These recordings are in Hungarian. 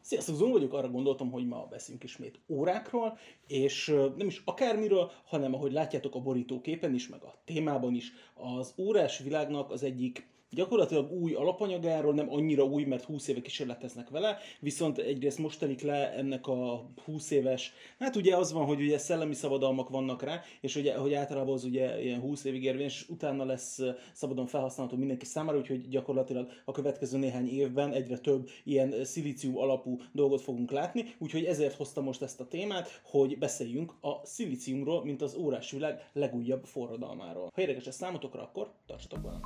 Sziasztok, Zon vagyok, arra gondoltam, hogy ma beszélünk ismét órákról, és nem is akármiről, hanem ahogy látjátok a borítóképen is, meg a témában is, az órás világnak az egyik gyakorlatilag új alapanyagáról, nem annyira új, mert 20 éve kísérleteznek vele, viszont egyrészt most telik le ennek a 20 éves, hát ugye az van, hogy ugye szellemi szabadalmak vannak rá, és ugye, hogy általában az ugye ilyen 20 évig érvényes, és utána lesz szabadon felhasználható mindenki számára, úgyhogy gyakorlatilag a következő néhány évben egyre több ilyen szilícium alapú dolgot fogunk látni, úgyhogy ezért hoztam most ezt a témát, hogy beszéljünk a szilíciumról, mint az órás világ legújabb forradalmáról. Ha érdekes ez számotokra, akkor tartsatok velem!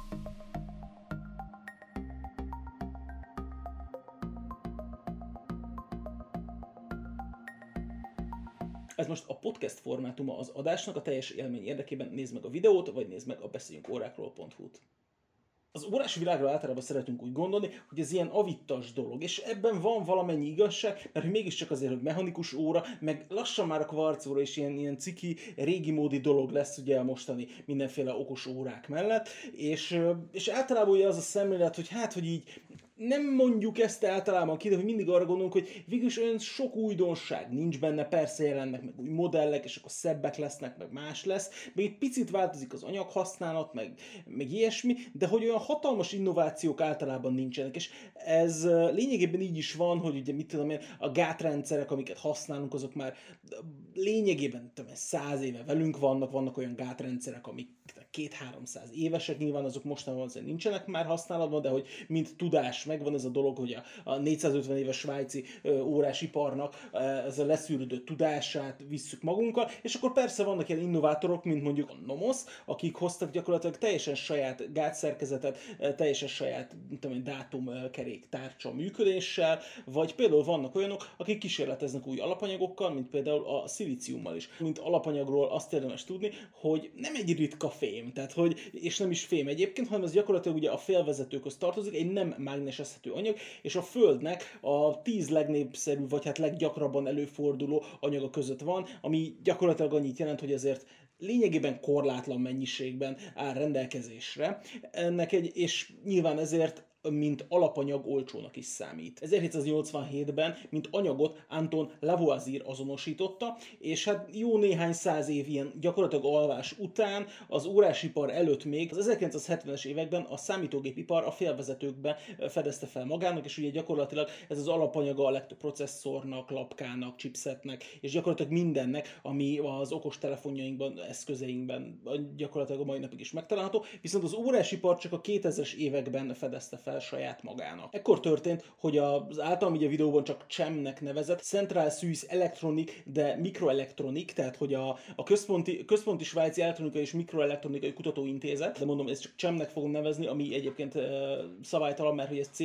Ez most a podcast formátuma az adásnak, a teljes élmény érdekében nézd meg a videót, vagy nézd meg a beszéljünkórákról.hu-t. Az órás világra általában szeretünk úgy gondolni, hogy ez ilyen avittas dolog, és ebben van valamennyi igazság, mert mégiscsak azért, hogy mechanikus óra, meg lassan már a kvarcóra is ilyen ciki, régi módi dolog lesz ugye a mostani mindenféle okos órák mellett, és általában ugye az a szemlélet, hogy hát, hogy így nem mondjuk ezt általában ki, de hogy mindig arra gondolunk, hogy végülis olyan sok újdonság nincs benne, persze jelennek meg új modellek, és akkor szebbek lesznek, meg más lesz, meg egy picit változik az anyaghasználat, meg ilyesmi, de hogy olyan hatalmas innovációk általában nincsenek, és ez lényegében így is van, hogy ugye mit tudom én, a gátrendszerek, amiket használunk, azok már lényegében 100 éve velünk vannak olyan gátrendszerek, amik 200-300 évesek, nyilván azok mostanában azért nincsenek már használatban, de hogy mint tudás megvan ez a dolog, hogy a 450 éves svájci órásiparnak ez a leszűrődött tudását visszük magunkkal, és akkor persze vannak ilyen innovátorok, mint mondjuk a Nomos, akik hoztak gyakorlatilag teljesen saját gátszerkezetet, teljesen saját dátumkerék tárcsa működéssel, vagy például vannak olyanok, akik kísérleteznek új alapanyagokkal, mint például a szilíciummal is. Mint alapanyagról azt érdemes tudni, hogy nem egy ritka fém, tehát hogy, és nem is fém egyébként, hanem ez gyakorlatilag ugye a félvezetőkhöz tartozik, egy nem mágnesezhető anyag, és a Földnek a 10 legnépszerűbb, vagy hát leggyakrabban előforduló anyaga között van, ami gyakorlatilag annyit jelent, hogy ezért lényegében korlátlan mennyiségben áll rendelkezésre. És nyilván ezért mint alapanyag olcsónak is számít. 1787-ben, mint anyagot Anton Lavoisier azonosította, és hát jó néhány száz év ilyen gyakorlatilag alvás után, az órásipar előtt még, az 1970-es években a számítógépipar a félvezetőkbe fedezte fel magának, és ugye gyakorlatilag ez az alapanyaga a legtöbb processzornak, lapkának, chipsetnek, és gyakorlatilag mindennek, ami az okos telefonjainkban, eszközeinkben gyakorlatilag a mai napig is megtalálható, viszont az órásipar csak a 2000-es években fedezte fel saját magának. Ekkor történt, hogy az általam így a videóban csak CEM-nek nevezett Central Swiss Electronic de Microelectronic, tehát hogy a központi svájci elektronikai és mikroelektronikai kutatóintézet, de mondom, ezt csak CEM-nek fogom nevezni, ami egyébként szabálytalan, mert hogy ez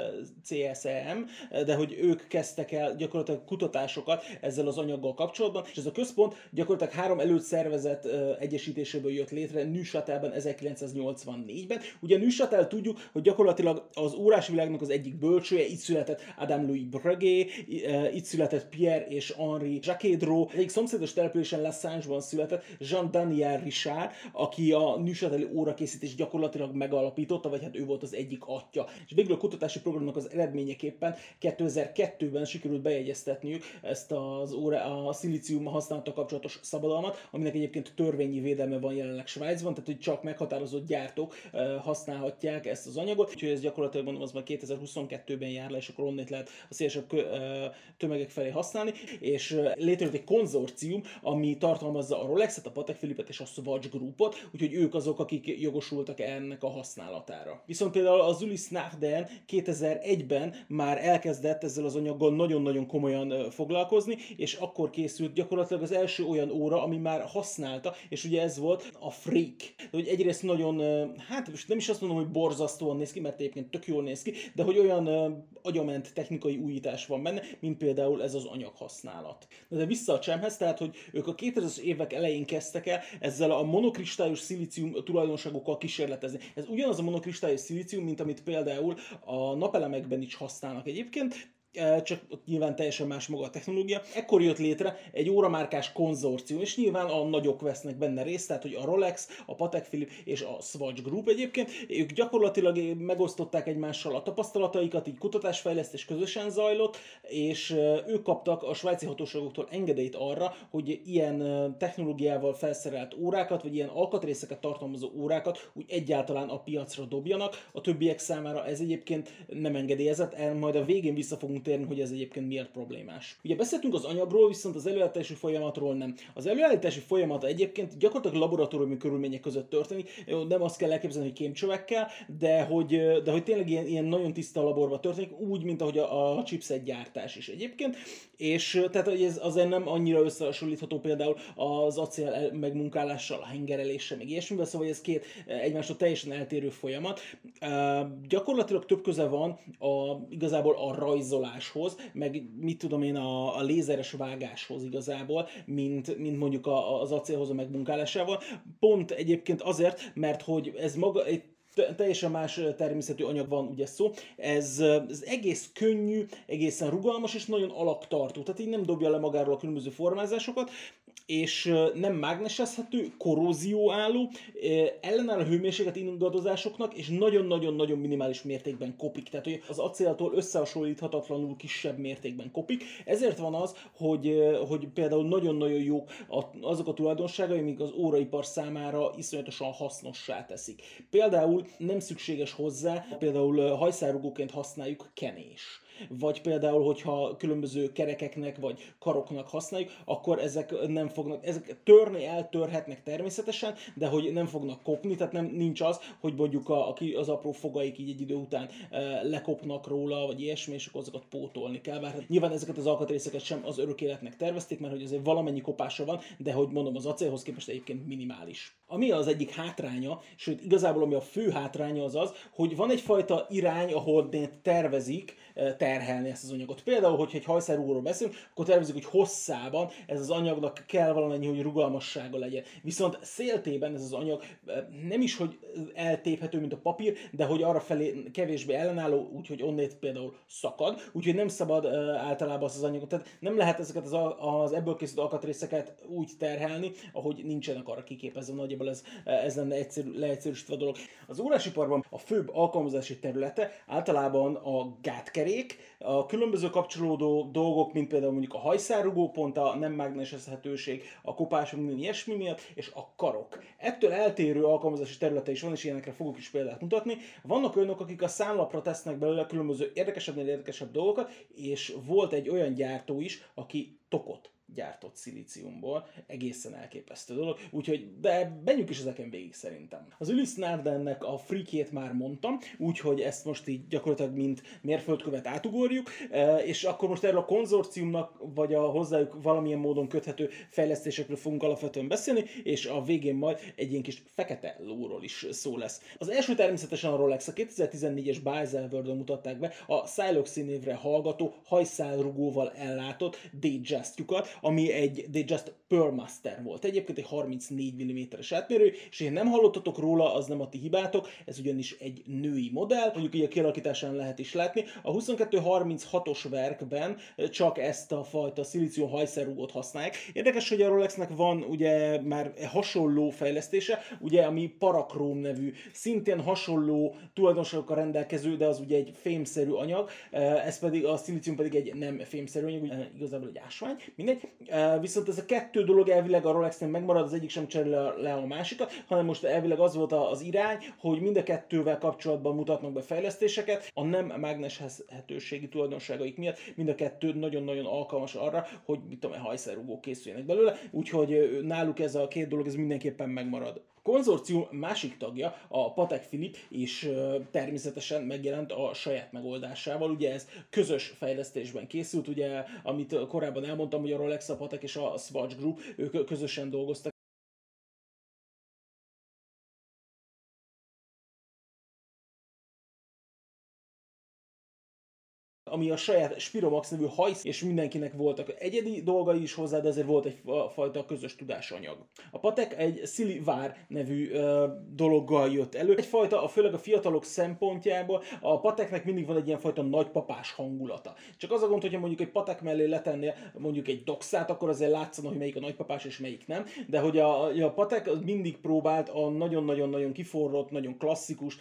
CSEM, de hogy ők kezdtek el gyakorlatilag kutatásokat ezzel az anyaggal kapcsolatban, és ez a központ gyakorlatilag 3 előszervezet egyesítéséből jött létre Neuchâtelben 1984-ben. Ugye Neuchâtel tudjuk, hogy gyakorlatilag az órásvilágnak az egyik bölcsője, itt született Adam-Louis Breguet, itt született Pierre és Henri Jacquet-Dro, egyik szomszédos településen La Sange-ban született Jean-Daniel Richard, aki a Neuchâteli órakészítést gyakorlatilag megalapította, vagy hát ő volt az egyik atya. És végül a kutatási programnak az eredményeképpen 2002-ben sikerült bejegyeztetniük ezt a szilícium használata kapcsolatos szabadalmat, aminek egyébként törvényi védelme van jelenleg Svájcban, tehát hogy csak meghatározott gyártók használhatják ezt az anyagot, úgyhogy ez gyakorlatilag mondom, az már 2022-ben jár le, és akkor onnét lehet a szélesebb tömegek felé használni, és létrejött egy konzorcium, ami tartalmazza a Rolexet, a Patek Philippe-et és a Swatch Groupot, úgyhogy ők azok, akik jogosultak ennek a használatára. Viszont például az Ulysse Nardin 2001-ben már elkezdett ezzel az anyaggal nagyon-nagyon komolyan foglalkozni, és akkor készült gyakorlatilag az első olyan óra, ami már használta, és ugye ez volt a Freak. Hogy egyrészt nagyon, hát most nem is azt mondom, hogy borzasztóan néz ki, mert egyébként tök jól néz ki, de hogy olyan agyament technikai újítás van benne, mint például ez az anyaghasználat. De vissza a CEM-hez, tehát hogy ők a 2000-es évek elején kezdtek el ezzel a monokristályos szilícium tulajdonságokkal kísérletezni. Ez ugyanaz a monokristályos szilícium, mint amit például a napelemekben is használnak egyébként, csak ott nyilván teljesen más maga a technológia. Ekkor jött létre egy óramárkás konzorcium, és nyilván a nagyok vesznek benne részt, tehát hogy a Rolex, a Patek Philippe és a Swatch Group egyébként. Ők gyakorlatilag megosztották egymással a tapasztalataikat, így kutatásfejlesztés közösen zajlott, és ők kaptak a svájci hatóságoktól engedélyt arra, hogy ilyen technológiával felszerelt órákat, vagy ilyen alkatrészeket tartalmazó órákat úgy egyáltalán a piacra dobjanak. A többiek számára ez egyébként nem engedélyezett, majd a végén vissza fogunk térni, hogy ez egyébként miért problémás. Ugye beszéltünk az anyagról, viszont az előállítási folyamatról nem. Az előállítási folyamat egyébként gyakorlatilag laboratóriumi körülmények között történik, nem azt kell elképzelni, hogy kémcsövekkel, de hogy tényleg ilyen nagyon tiszta laborban történik, úgy, mint ahogy a chipset gyártás is egyébként, és tehát ez azért nem annyira összehasonlítható például az acél megmunkálással, a hengereléssel, meg ilyesmivel, szóval ez két egymástól teljesen eltérő folyamat. Gyakorlatilag több köze van igazából a rajzoláshoz, meg mit tudom én, a lézeres vágáshoz igazából, mint mondjuk az acélhoz a megmunkálásával. Pont egyébként azért, mert hogy ez maga egy teljesen más természetű anyag van ugye szó. Ez egész könnyű, egészen rugalmas és nagyon alaktartó, tehát így nem dobja le magáról a különböző formázásokat, és nem mágnesezhető, korrózióálló, ellenáll a hőmérséklet ingadozásoknak, és nagyon-nagyon-nagyon minimális mértékben kopik. Tehát hogy az acéltól összehasonlíthatatlanul kisebb mértékben kopik. Ezért van az, hogy például nagyon-nagyon jók azok a tulajdonságai, amik az óraipar számára iszonyatosan hasznossá teszik. Például nem szükséges hozzá, például hajszárugóként használjuk kenés. Vagy például, hogyha különböző kerekeknek vagy karoknak használjuk, akkor ezek törni eltörhetnek természetesen, de hogy nem fognak kopni, tehát nincs az, hogy mondjuk az apró fogaik így egy idő után lekopnak róla, vagy ilyesmi, és akkor azokat pótolni kell. Bár nyilván ezeket az alkatrészeket sem az örök életnek tervezték, mert hogy azért valamennyi kopása van, de hogy mondom, az acélhoz képest egyébként minimális. Ami az egyik hátránya, sőt igazából ami a fő hátránya az, hogy van egyfajta irány, ahol tervezik terhelni ezt az anyagot. Például, hogyha egy hajszárugóról beszélünk, akkor tervezik, hogy hosszában ez az anyagnak kell valamennyi, hogy rugalmassága legyen. Viszont széltében ez az anyag nem is, hogy eltéphető, mint a papír, de hogy arra felé kevésbé ellenálló, úgyhogy onnét például szakad, úgyhogy nem szabad általában azt az anyagot. Tehát nem lehet ezeket az ebből készült alkatrészeket úgy terhelni, ahogy nincsenek arra kiképezve. Nagyjából ez lenne leegyszerűsítve a dolog. Az órásiparban a főbb alkalmazási területe általában a gátkerék, a különböző kapcsolódó dolgok, mint például mondjuk a hajszárugó, pont a nem mágnesezhetőség, a kopás, minden ilyesmi miatt, és a karok. Ettől eltérő alkalmazási területe is van, és ilyenekre fogok is példát mutatni. Vannak olyanok, akik a számlapra tesznek belőle különböző érdekesebbnél érdekesebb dolgokat, és volt egy olyan gyártó is, aki tokot gyártott szilíciumból, egészen elképesztő dolog, úgyhogy, de menjünk is ezeken végig szerintem. Az Ulyss Nardennek a freakjét már mondtam, úgyhogy ezt most így gyakorlatilag mint mérföldkövet átugorjuk, és akkor most erről a konzorciumnak, vagy a hozzájuk valamilyen módon köthető fejlesztésekről fogunk alapvetően beszélni, és a végén majd egy ilyen kis fekete lóról is szó lesz. Az első természetesen a Rolex, a 2014-es Biselworld-on mutatták be a Siloxy névre hallgató, hajszálrugóval ellátott Datejust-jukat, ami egy Datejust Pearl Master volt. Egyébként egy 34 mm-es átmérő, és ha nem hallottatok róla, az nem a ti hibátok, ez ugyanis egy női modell, mondjuk így a kialakításán lehet is látni. A 2236-os verkben csak ezt a fajta szilícium hajszárrugót használják. Érdekes, hogy a Rolexnek van ugye már hasonló fejlesztése, ugye ami Parakróm nevű, szintén hasonló tulajdonságokkal rendelkező, de az ugye egy fémszerű anyag, ez pedig a szilícium pedig egy nem fémszerű anyag, igazából egy ásvány, mindegy. Viszont ez a kettő dolog elvileg a Rolexnél megmarad, az egyik sem cserél le a másikat, hanem most elvileg az volt az irány, hogy mind a kettővel kapcsolatban mutatnak be fejlesztéseket, a nem mágnesezhetőségi tulajdonságaik miatt mind a kettő nagyon-nagyon alkalmas arra, hogy mit tudom, hajszárrugók készüljenek belőle, úgyhogy náluk ez a két dolog ez mindenképpen megmarad. A konzorcium másik tagja, a Patek Philippe is természetesen megjelent a saját megoldásával. Ugye ez közös fejlesztésben készült, ugye, amit korábban elmondtam, hogy a Rolex, a Patek és a Swatch Group, ők közösen dolgoztak ami a saját Spiromax nevű hajsz, és mindenkinek voltak egyedi dolgai is hozzá, de azért volt egyfajta közös tudásanyag. A Patek egy Szilivár nevű dologgal jött elő. Egyfajta, főleg a fiatalok szempontjából a Pateknek mindig van egy ilyen fajta nagypapás hangulata. Csak az a gond, hogyha mondjuk egy Patek mellé letennél mondjuk egy Doxát, akkor azért látszana, hogy melyik a nagypapás és melyik nem. De hogy a Patek mindig próbált a nagyon-nagyon-nagyon kiforrott, nagyon klasszikus,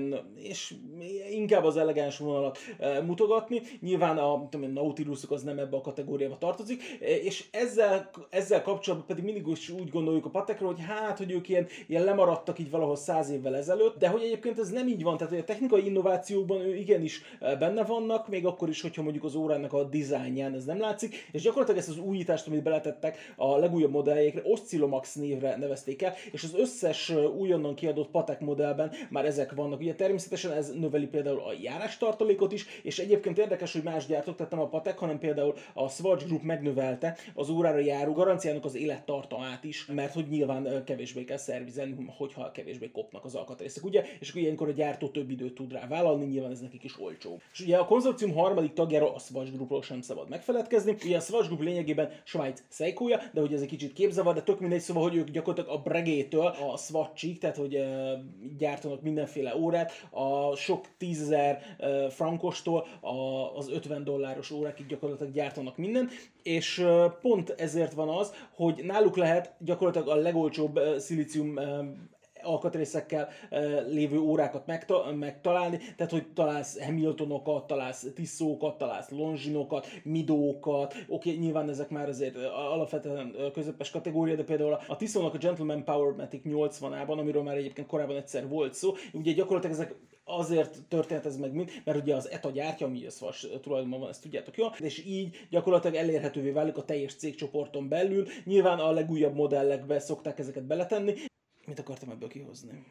és inkább az elegáns vonalat mutogatni. Nyilván a Nautilusok az nem ebbe a kategóriába tartozik, és ezzel kapcsolatban pedig mindig úgy gondoljuk a Patekről, hogy ők ilyen lemaradtak így valahol 100 évvel ezelőtt, de hogy egyébként ez nem így van, tehát hogy a technikai innovációkban ő igenis benne vannak, még akkor is, hogyha mondjuk az órának a dizájnján ez nem látszik, és gyakorlatilag ezt az újítást, amit beletettek a legújabb modelljékre, Oscillomax névre nevezték el, és az összes újonnan kiadott Patek modellben már ezek vannak. Ugye természetesen ez növeli például a járástartalékot is, és egyébként érdekes, hogy más gyártók, tehát nem a Patek, hanem például a Swatch Group megnövelte az órára járó garanciának az élettartamát is, mert hogy nyilván kevésbé kell szervizelni, hogyha kevésbé kopnak az alkatrészek, ugye? És akkor ilyenkor a gyártó több időt tud rá vállalni, nyilván ez nekik is olcsó. És ugye a konzorcium harmadik tagjáról, a Swatch Groupról sem szabad megfeledkezni. Ugye a Swatch Group lényegében Svájc Seikoja, de hogy ez egy kicsit képzavar, de tök mindegy, szóval, hogy ők gyakorlatilag a Breguettől a Swatchig, tehát hogy gyártanak mindenféle órát, a sok 10.000 frankostól az $50 órákig gyakorlatilag gyártanak mindent, és pont ezért van az, hogy náluk lehet gyakorlatilag a legolcsóbb szilícium alkatrészekkel lévő órákat megtalálni, tehát hogy találsz Hamiltonokat, találsz Tissókat, találsz Longinokat, Midókat, oké, nyilván ezek már azért alapvetően közepes kategória, de például a Tissónak a Gentleman Powermatic 80-ában, amiről már egyébként korábban egyszer volt szó, ugye gyakorlatilag ezek azért történt ez meg mind, mert ugye az ETA gyártja, ami a Swatch tulajdonban van, ezt tudjátok jól, és így gyakorlatilag elérhetővé válik a teljes cégcsoporton belül. Nyilván a legújabb modellekbe szokták ezeket beletenni. Mit akartam ebből kihozni?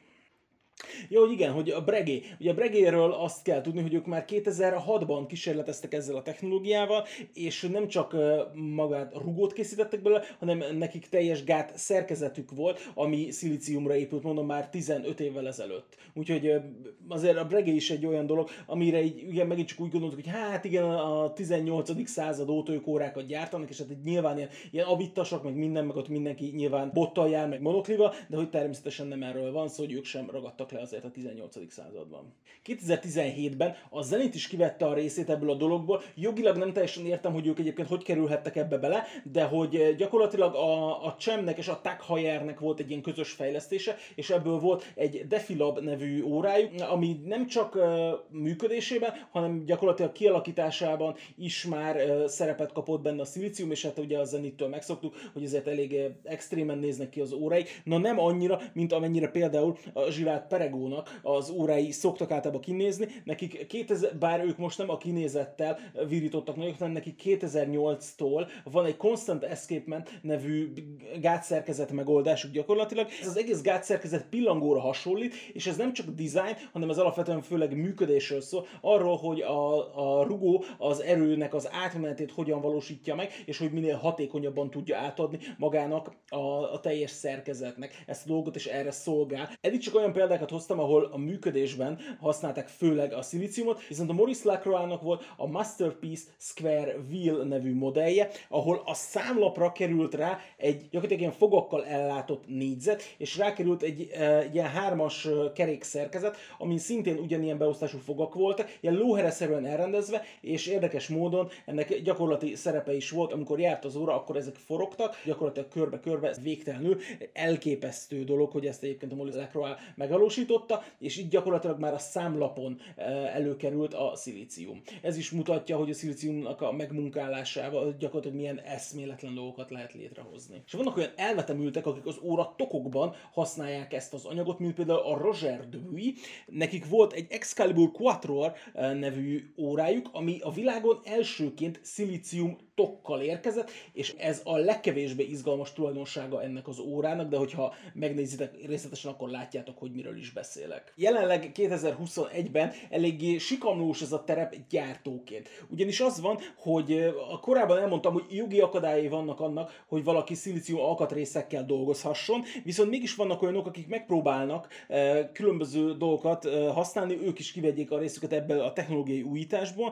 Jó, hogy igen, hogy a Breguet. Ugye a Breguetről azt kell tudni, hogy ők már 2006-ban kísérleteztek ezzel a technológiával, és nem csak magát rugót készítettek belőle, hanem nekik teljes gát szerkezetük volt, ami szilíciumra épült, mondom már 15 évvel ezelőtt. Úgyhogy azért a Breguet is egy olyan dolog, amire így, igen, megint csak úgy gondoltuk, hogy hát igen, a 18. század óta ők órákat gyártanak, és hát nyilván ilyen avittasak, meg minden, meg ott mindenki nyilván bottal jár, meg monoklival, de hogy természetesen nem erről van szó, hogy ők sem ragadtak le azért a 18. században. 2017-ben a Zenit is kivette a részét ebből a dologból. Jogilag nem teljesen értem, hogy ők egyébként hogy kerülhettek ebbe bele, de hogy gyakorlatilag a Csemnek és a Tag Heuernek volt egy ilyen közös fejlesztése, és ebből volt egy Defilab nevű órájuk, ami nem csak működésében, hanem gyakorlatilag kialakításában is már szerepet kapott benne a szilícium, és hát ugye a Zenittől megszoktuk, hogy ezért elég extrémen néznek ki az órái. Na nem annyira, mint amennyire például a Gilles Perregónak az órái szoktak általában kinézni. Nekik bár ők most nem a kinézettel virítottak nagyok, hanem nekik 2008-tól van egy Constant Escapement nevű gátszerkezet megoldásuk gyakorlatilag. Ez az egész gátszerkezet pillangóra hasonlít, és ez nem csak design, hanem ez alapvetően főleg működésről szól, arról, hogy a rugó az erőnek az átmenetét hogyan valósítja meg, és hogy minél hatékonyabban tudja átadni magának a teljes szerkezetnek ezt a dolgot, és erre szolgál. Eddig csak olyan példákat hoztam, ahol a működésben használták főleg a szilíciumot, viszont a Maurice Lacroixnak volt a Masterpiece Square Wheel nevű modellje, ahol a számlapra került rá egy gyakorlatilag ilyen fogakkal ellátott négyzet, és rákerült egy ilyen 3-as kerékszerkezet, amin szintén ugyanilyen beosztású fogak voltak, ilyen lóhereszerűen elrendezve, és érdekes módon ennek gyakorlati szerepe is volt, amikor járt az óra, akkor ezek forogtak, gyakorlatilag körbe-körbe, ez végtelenül elképesztő dolog, hogy ezt egyébként a Maurice Lacroix megvalósította, és így gyakorlatilag már a számlapon előkerült a szilícium. Ez is mutatja, hogy a szilíciumnak a megmunkálásával gyakorlatilag milyen eszméletlen dolgokat lehet létrehozni. És vannak olyan elvetemültek, akik az óra tokokban használják ezt az anyagot, mint például a Roger Dubuis. Nekik volt egy Excalibur Quatuor nevű órájuk, ami a világon elsőként szilícium tokkal érkezett, és ez a legkevésbé izgalmas tulajdonsága ennek az órának, de hogyha megnézitek részletesen, akkor látjátok, hogy miről is beszélek. Jelenleg 2021-ben eléggé sikamlós ez a terep gyártóként. Ugyanis az van, hogy korábban elmondtam, hogy jogi akadályai vannak annak, hogy valaki szilícium alkatrészekkel dolgozhasson, viszont mégis vannak olyanok, akik megpróbálnak különböző dolgokat használni, ők is kivegyék a részüket ebből a technológiai újításból,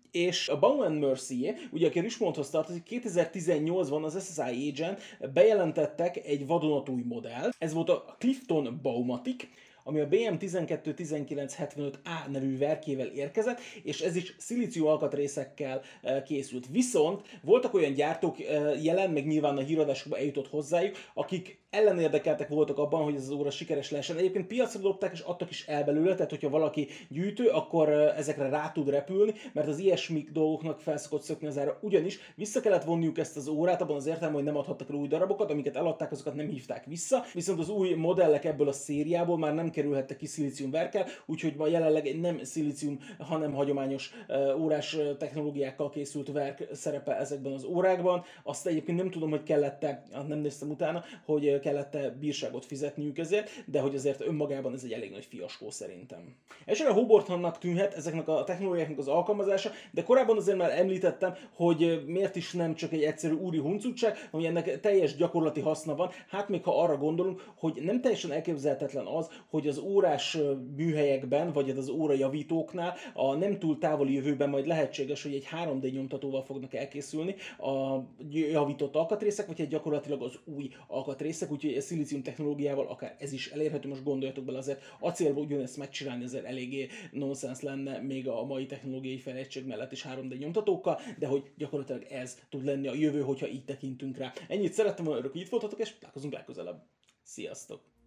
és a Baum Mercier, ugye aki a Richmondhoz tartozik, 2018-ban az SSI Agent bejelentettek egy vadonatúj modell. Ez volt a Clifton Baumatic, ami a BM121975A nevű verkével érkezett, és ez is szilícium alkatrészekkel készült. Viszont voltak olyan gyártók jelen, meg nyilván a híradásokban eljutott hozzájuk, akik ellenérdekeltek voltak abban, hogy ez az óra sikeres lehessen. Egyébként piacra dobták és adtak is el belőle, tehát hogyha valaki gyűjtő, akkor ezekre rá tud repülni, mert az ilyesmi dolgoknak fel szokott szökni az ára. Ugyanis vissza kellett vonniuk ezt az órát, abban az értelemben, hogy nem adhattak rá új darabokat, amiket eladták, azokat nem hívták vissza, viszont az új modellek ebből a szériából már nem kerülhettek ki szilícium verkkel, úgyhogy ma jelenleg egy nem szilícium, hanem hagyományos órás technológiákkal készült verk szerepel ezekben az órákban. Azt egyébként nem tudom, hogy kellett-e, nem néztem utána, hogy kellett-e bírságot fizetniük ezért, de hogy azért önmagában ez egy elég nagy fiaskó szerintem. Elsőre Hobartonnak tűnhet ezeknek a technológiáknak az alkalmazása, de korábban azért már említettem, hogy miért is nem csak egy egyszerű úri huncutság, ami ennek teljes gyakorlati haszna van. Hát még ha arra gondolunk, hogy nem teljesen elképzelhetetlen az, hogy az órás műhelyekben, vagy az órajavítóknál a nem túl távoli jövőben majd lehetséges, hogy egy 3D nyomtatóval fognak elkészülni a javított alkatrészek, vagy egy gyakorlatilag az új alkatrészek, úgyhogy a szilícium technológiával akár ez is elérhető. Most gondoljatok bele, azért acélból ugyanezt megcsinálni azért eléggé nonsens lenne még a mai technológiai fejlettség mellett is 3D nyomtatókkal, de hogy gyakorlatilag ez tud lenni a jövő, hogyha így tekintünk rá. Ennyit szerettem volna, örök, hogy itt voltatok, és találkozunk legközelebb. Sziasztok!